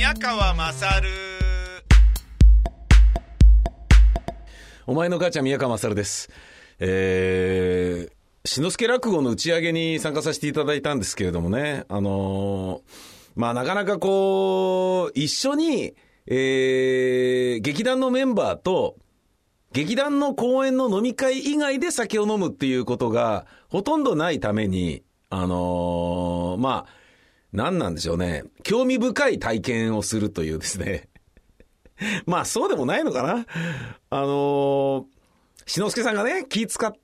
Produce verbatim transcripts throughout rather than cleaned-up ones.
宮川勝。 お前の母ちゃん宮川勝です。えー、志の輔落語の打ち上げに参加させていただいたんですけれどもね、あのー、まあなかなかこう一緒に、えー、劇団のメンバーと劇団の公演の飲み会以外で酒を飲むっていうことがほとんどないために、あのー、まあ何なんでしょうね、興味深い体験をするというですねまあそうでもないのかな。あのー、志の輔さんがね気使って、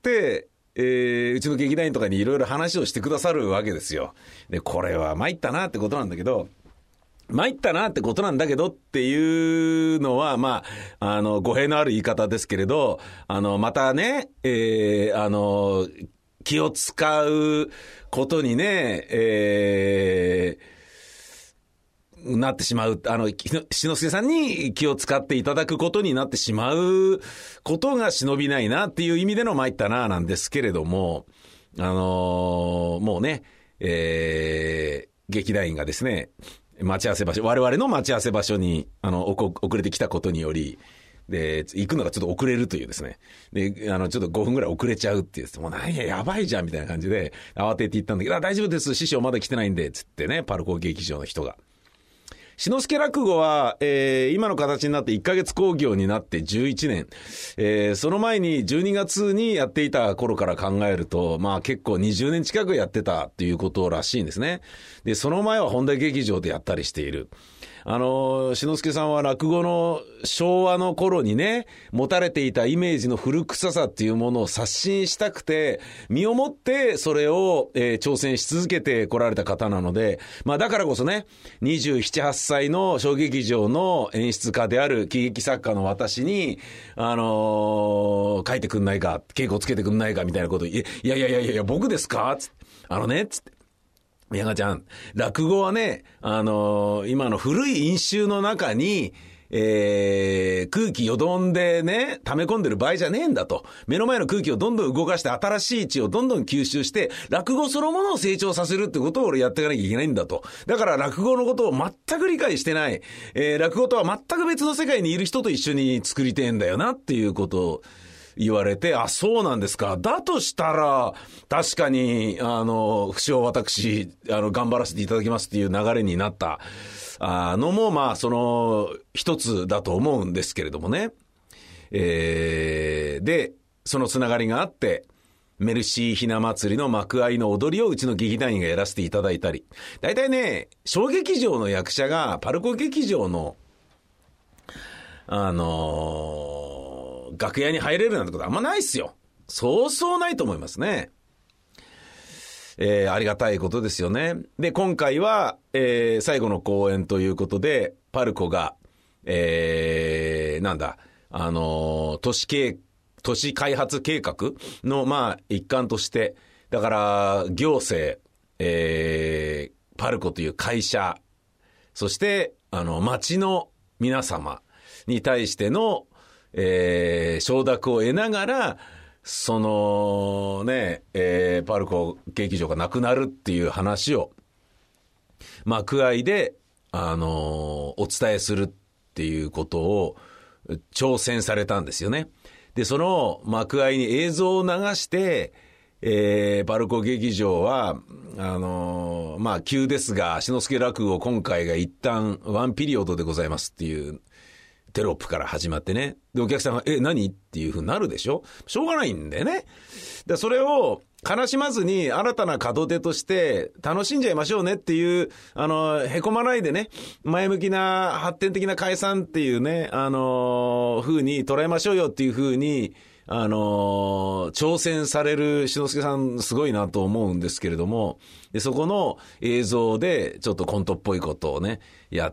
えー、うちの劇団員とかにいろいろ話をしてくださるわけですよ。でこれは参ったなってことなんだけど、参ったなってことなんだけどっていうのはまああの語弊のある言い方ですけれど、あのまたね、えー、あの気を使うことにね、えーなってしまう、あの志の輔さんに気を使っていただくことになってしまうことが忍びないなっていう意味での参ったななんですけれども、あのー、もうね、えー、劇団員がですね待ち合わせ場所、我々の待ち合わせ場所にあの遅れてきたことにより、で行くのがちょっと遅れるというですね、であのちょっとごふんぐらい遅れちゃうっていう、もう何ややばいじゃんみたいな感じで慌てて行ったんだけど、あ大丈夫です師匠まだ来てないんでつってね、パルコ劇場の人が。志の輔落語は、えー、今の形になっていっかげつ興行になってじゅういちねん、えー、その前にじゅうにがつにやっていた頃から考えると、まあ結構にじゅうねん近くやってたっていうことらしいんですね。でその前は本田劇場でやったりしている。あの志の輔さんは落語の昭和の頃にね持たれていたイメージの古臭さっていうものを刷新したくて身をもってそれを、えー、挑戦し続けてこられた方なので、まあだからこそねにじゅうなな、はっさいの小劇場の演出家である喜劇作家の私にあのー、書いてくんないか、稽古つけてくんないかみたいなことを、いやいやいやいや僕ですかつって、あのねつって宮川ちゃん、落語はね、あのー、今の古い因習の中に、えー、空気よどんでね、溜め込んでる場合じゃねえんだと。目の前の空気をどんどん動かして新しい血をどんどん吸収して、落語そのものを成長させるってことを俺やっていかなきゃいけないんだと。だから落語のことを全く理解してない、えー、落語とは全く別の世界にいる人と一緒に作りてえんだよなっていうことを、言われて、あ、そうなんですか。だとしたら、確かに、あの、不詳私、あの、頑張らせていただきますっていう流れになったあのも、まあ、その、一つだと思うんですけれどもね。えー、で、そのつながりがあって、メルシーひな祭りの幕間の踊りをうちの劇団員がやらせていただいたり、大体ね、小劇場の役者がパルコ劇場の、あのー、楽屋に入れるなんてことあんまないっすよ。そうそうないと思いますね。えー、ありがたいことですよね。で今回は、えー、最後の公演ということでパルコが、えー、なんだあのー、都市計都市開発計画のまあ一環として、だから行政、えー、パルコという会社、そしてあの町の皆様に対してのえー、承諾を得ながらそのね、えー、パルコ劇場がなくなるっていう話を幕間で、あのー、お伝えするっていうことを挑戦されたんですよね。でその幕間に映像を流して、えー、パルコ劇場はあのー、まあ急ですが志の輔落語今回が一旦ワンピリオドでございますっていうテロップから始まってね。で、お客さんが、え、何っていう風になるでしょ？しょうがないんだよね。で、それを悲しまずに新たな門出として楽しんじゃいましょうねっていう、あの、へこまないでね、前向きな発展的な解散っていうね、あの、風に捉えましょうよっていう風に、あの、挑戦される志の輔さんすごいなと思うんですけれども、で、そこの映像でちょっとコントっぽいことをね、やって、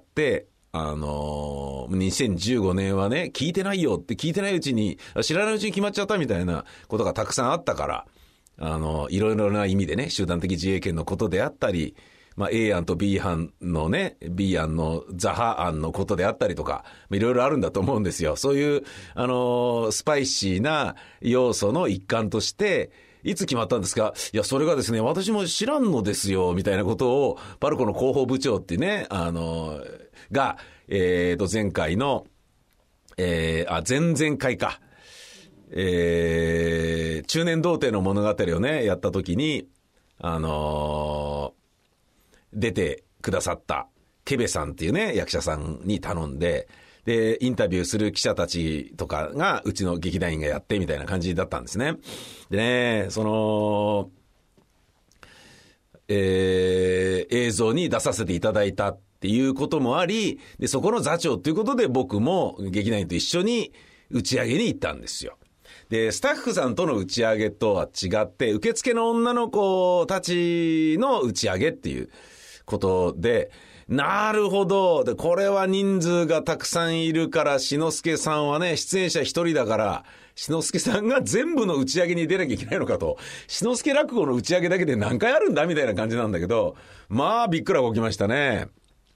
あのー、にせんじゅうごねんはね、聞いてないよって聞いてないうちに、知らないうちに決まっちゃったみたいなことがたくさんあったから、あのー、いろいろな意味でね、集団的自衛権のことであったり、まあ A 案と B 案のね、B 案のザハ案のことであったりとか、いろいろあるんだと思うんですよ。そういう、あのー、スパイシーな要素の一環として、 いつ決まったんですか？いや、それがですね、私も知らんのですよ、みたいなことを、パルコの広報部長ってね、あの、が、えーと、前回の、えー、あ、前々回か。えー、中年童貞の物語をね、やったときに、あのー、出てくださった、ケベさんっていうね、役者さんに頼んで、で、インタビューする記者たちとかが、うちの劇団員がやってみたいな感じだったんですね。でね、その、えー、映像に出させていただいたっていうこともあり、で、そこの座長ということで僕も劇団員と一緒に打ち上げに行ったんですよ。で、スタッフさんとの打ち上げとは違って、受付の女の子たちの打ち上げっていうことで、なるほど。で、これは人数がたくさんいるから、志の輔さんはね、出演者一人だから、志の輔さんが全部の打ち上げに出なきゃいけないのかと。志の輔落語の打ち上げだけで何回あるんだみたいな感じなんだけど、まあ、びっくらこきましたね。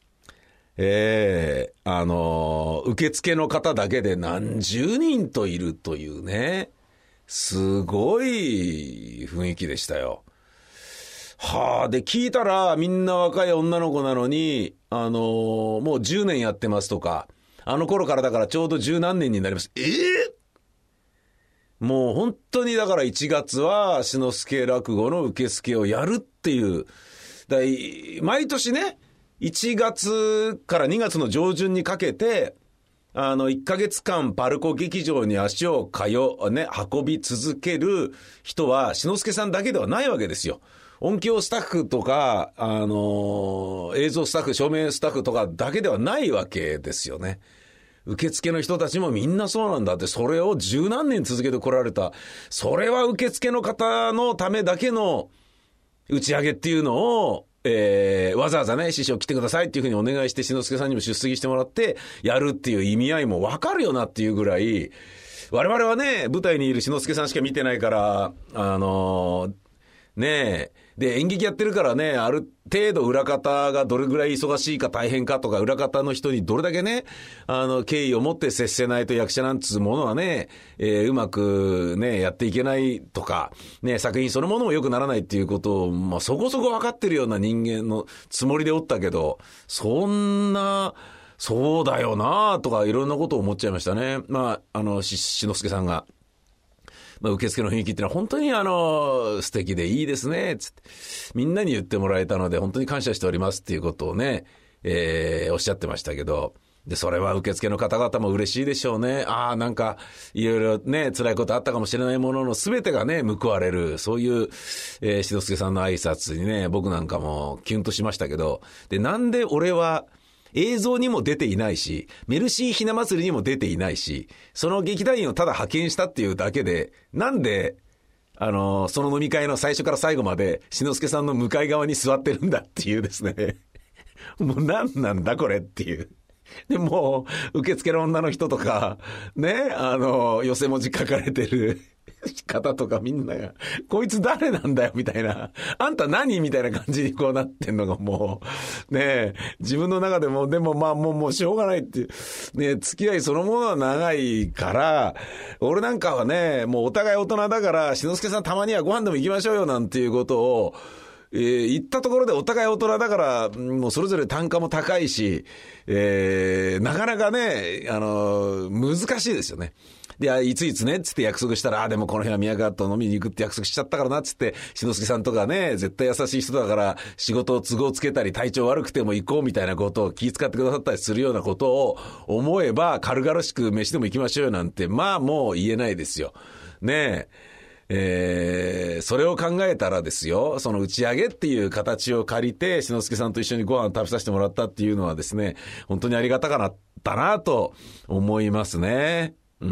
ええー、あのー、受付の方だけで何十人といるというね、すごい雰囲気でしたよ。はあ、で、聞いたらみんな若い女の子なのに、あのー、もうじゅうねんやってますとか、あの頃からだからちょうど十何年になります。ええー、もう本当にだからいちがつは志の輔落語の受付をやるっていう、だい毎年ね、いちがつからにがつの上旬にかけて、あの、いっかげつかんパルコ劇場に足を通、ね、運び続ける人は、志の輔さんだけではないわけですよ。音響スタッフとか、あのー、映像スタッフ、照明スタッフとかだけではないわけですよね。受付の人たちもみんなそうなんだって、それを十何年続けてこられた。それは受付の方のためだけの打ち上げっていうのを、えー、わざわざね、師匠来てくださいっていうふうにお願いして、志の輔さんにも出席してもらって、やるっていう意味合いもわかるよなっていうぐらい、我々はね、舞台にいる志の輔さんしか見てないから、あのー、ねえ、で、演劇やってるからね、ある程度裏方がどれぐらい忙しいか大変かとか、裏方の人にどれだけね、あの、敬意を持って接せないと役者なんつうものはね、えー、うまくね、やっていけないとか、ね、作品そのものも良くならないっていうことを、まあ、そこそこ分かってるような人間のつもりでおったけど、そんな、そうだよなとか、いろんなことを思っちゃいましたね。まあ、あの、し、志の輔さんが。まあ、受付の雰囲気ってのは本当にあの、素敵でいいですね、つって。みんなに言ってもらえたので本当に感謝しておりますっていうことをね、えー、おっしゃってましたけど、で、それは受付の方々も嬉しいでしょうね。ああ、なんか、いろいろね、辛いことあったかもしれないものの全てがね、報われる、そういう、えー、志の輔さんの挨拶にね、僕なんかもキュンとしましたけど、で、なんで俺は、映像にも出ていないし、メルシーひな祭りにも出ていないし、その劇団員をただ派遣したっていうだけで、なんで、あの、その飲み会の最初から最後まで、志の輔さんの向かい側に座ってるんだっていうですね。もう何なんだこれっていう。でもう、受付の女の人とか、ね、あの、寄せ文字書かれてる方とかみんなが、こいつ誰なんだよみたいな、あんた何みたいな感じにこうなってんのがもう、ね、自分の中でも、でもまあもう、もうしょうがないっていう、ね、付き合いそのものは長いから、俺なんかはね、もうお互い大人だから、志の輔さんたまにはご飯でも行きましょうよなんていうことを、えー、行ったところでお互い大人だから、もうそれぞれ単価も高いし、えー、なかなかね、あのー、難しいですよね。で、いついつね、つって約束したら、あ、でもこの日は宮川と飲みに行くって約束しちゃったからな、つって、志の輔さんとかね、絶対優しい人だから、仕事を都合つけたり、体調悪くても行こうみたいなことを気遣ってくださったりするようなことを思えば、軽々しく飯でも行きましょうよなんて、まあもう言えないですよ。ねえ。えー、それを考えたらですよ、その打ち上げっていう形を借りて、志の輔さんと一緒にご飯食べさせてもらったっていうのはですね、本当にありがたかったなと思いますね。うん。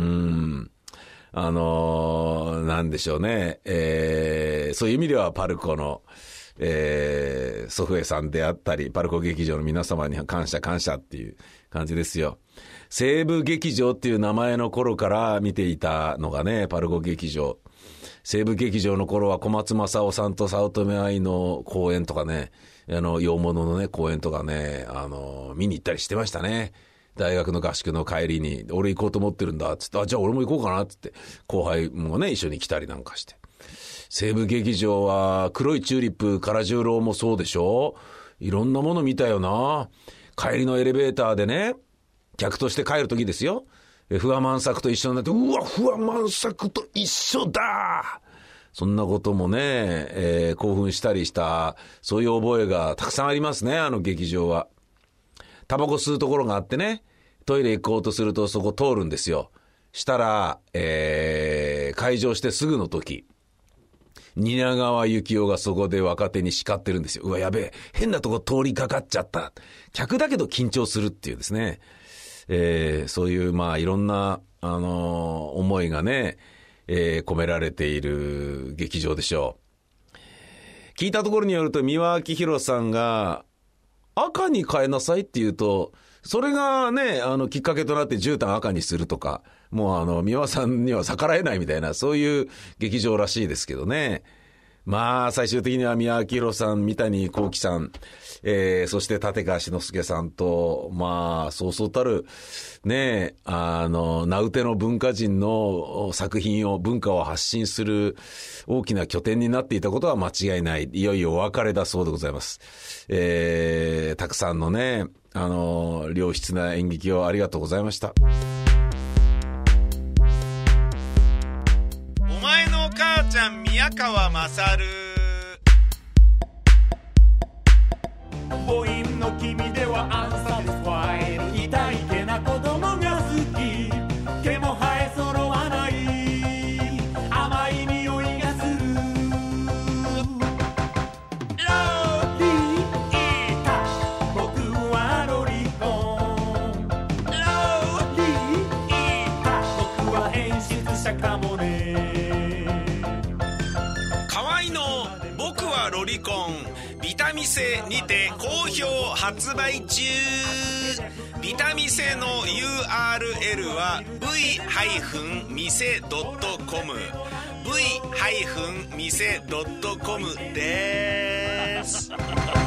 あのー、なんでしょうね。えー、そういう意味ではパルコの、えー、祖父江さんであったり、パルコ劇場の皆様には感謝感謝っていう感じですよ。西部劇場っていう名前の頃から見ていたのがね、パルコ劇場。西部劇場の頃は小松政夫さんと早乙女愛の公演とかね、あの、洋物のね、公演とかね、あの、見に行ったりしてましたね。大学の合宿の帰りに、俺行こうと思ってるんだ、つって、あ、じゃあ俺も行こうかな、つって、後輩もね、一緒に来たりなんかして。 西武劇場は黒いチューリップ唐十郎もそうでしょ。いろんなもの見たよな。帰りのエレベーターでね、客として帰る時ですよ、不破万作と一緒になって、うわ不破万作と一緒だ、そんなこともね、えー、興奮したりした、そういう覚えがたくさんありますね。あの劇場はタバコ吸うところがあってね、トイレ行こうとするとそこ通るんですよ。したら、えー、開場してすぐの時、蜷川幸雄がそこで若手に叱ってるんですよ。うわやべえ、変なとこ通りかかっちゃった。客だけど緊張するっていうですね、えー、そういうまあいろんな、あのー、思いがね、えー、込められている劇場でしょう。聞いたところによると、三輪明宏さんが赤に変えなさいって言うと、それがね、あのきっかけとなって絨毯赤にするとか、もうあの三輪さんには逆らえないみたいな、そういう劇場らしいですけどね。まあ最終的には三輪明宏さん、三谷幸喜さん、えー、そして立川志の輔さんと、まあそうそうたるね、あの名うての文化人の作品を、文化を発信する大きな拠点になっていたことは間違いない。いよいよお別れだそうでございます。えー、たくさんのね、あの良質な演劇をありがとうございました。 お前の母ちゃん宮川勝。 母音の君ではアンサティスファイ、痛いけな子供が好き、毛も生え揃わない甘い匂いがする。ロリータ、僕はロリコン。ロリータ、僕は演出者かもね。 河合の僕はロリコン、ビタミセにて好評発売中。ビタミセの ユーアールエル は ブイ ミセ ドットコム ブイ ミセ ドットコム です。